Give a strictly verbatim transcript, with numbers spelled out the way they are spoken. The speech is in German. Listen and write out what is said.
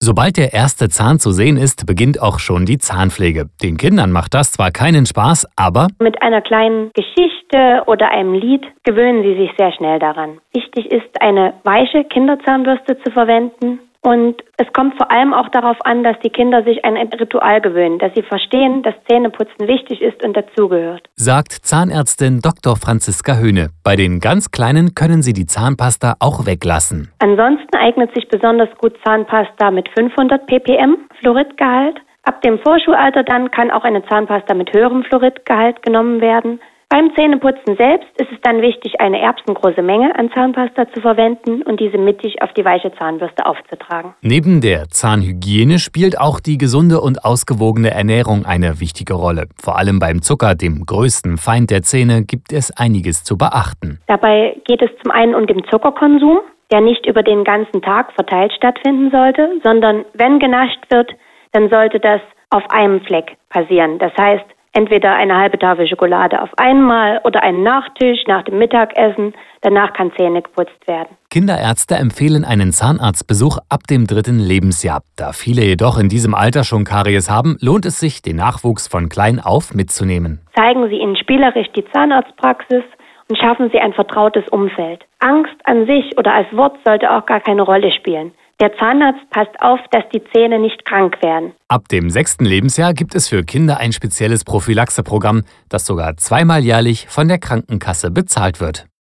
Sobald der erste Zahn zu sehen ist, beginnt auch schon die Zahnpflege. Den Kindern macht das zwar keinen Spaß, aber mit einer kleinen Geschichte oder einem Lied gewöhnen sie sich sehr schnell daran. Wichtig ist, eine weiche Kinderzahnbürste zu verwenden. Und es kommt vor allem auch darauf an, dass die Kinder sich an ein Ritual gewöhnen, dass sie verstehen, dass Zähneputzen wichtig ist und dazugehört. Sagt Zahnärztin Doktor Franziska Höhne. Bei den ganz Kleinen können sie die Zahnpasta auch weglassen. Ansonsten eignet sich besonders gut Zahnpasta mit fünfhundert ppm Fluoridgehalt. Ab dem Vorschulalter dann kann auch eine Zahnpasta mit höherem Fluoridgehalt genommen werden. Beim Zähneputzen selbst ist es dann wichtig, eine erbsengroße Menge an Zahnpasta zu verwenden und diese mittig auf die weiche Zahnbürste aufzutragen. Neben der Zahnhygiene spielt auch die gesunde und ausgewogene Ernährung eine wichtige Rolle. Vor allem beim Zucker, dem größten Feind der Zähne, gibt es einiges zu beachten. Dabei geht es zum einen um den Zuckerkonsum, der nicht über den ganzen Tag verteilt stattfinden sollte, sondern wenn genascht wird, dann sollte das auf einem Fleck passieren. Das heißt, entweder eine halbe Tafel Schokolade auf einmal oder einen Nachtisch nach dem Mittagessen. Danach kann Zähne geputzt werden. Kinderärzte empfehlen einen Zahnarztbesuch ab dem dritten Lebensjahr. Da viele jedoch in diesem Alter schon Karies haben, lohnt es sich, den Nachwuchs von klein auf mitzunehmen. Zeigen Sie ihnen spielerisch die Zahnarztpraxis und schaffen Sie ein vertrautes Umfeld. Angst an sich oder als Wort sollte auch gar keine Rolle spielen. Der Zahnarzt passt auf, dass die Zähne nicht krank werden. Ab dem sechsten Lebensjahr gibt es für Kinder ein spezielles Prophylaxeprogramm, das sogar zweimal jährlich von der Krankenkasse bezahlt wird.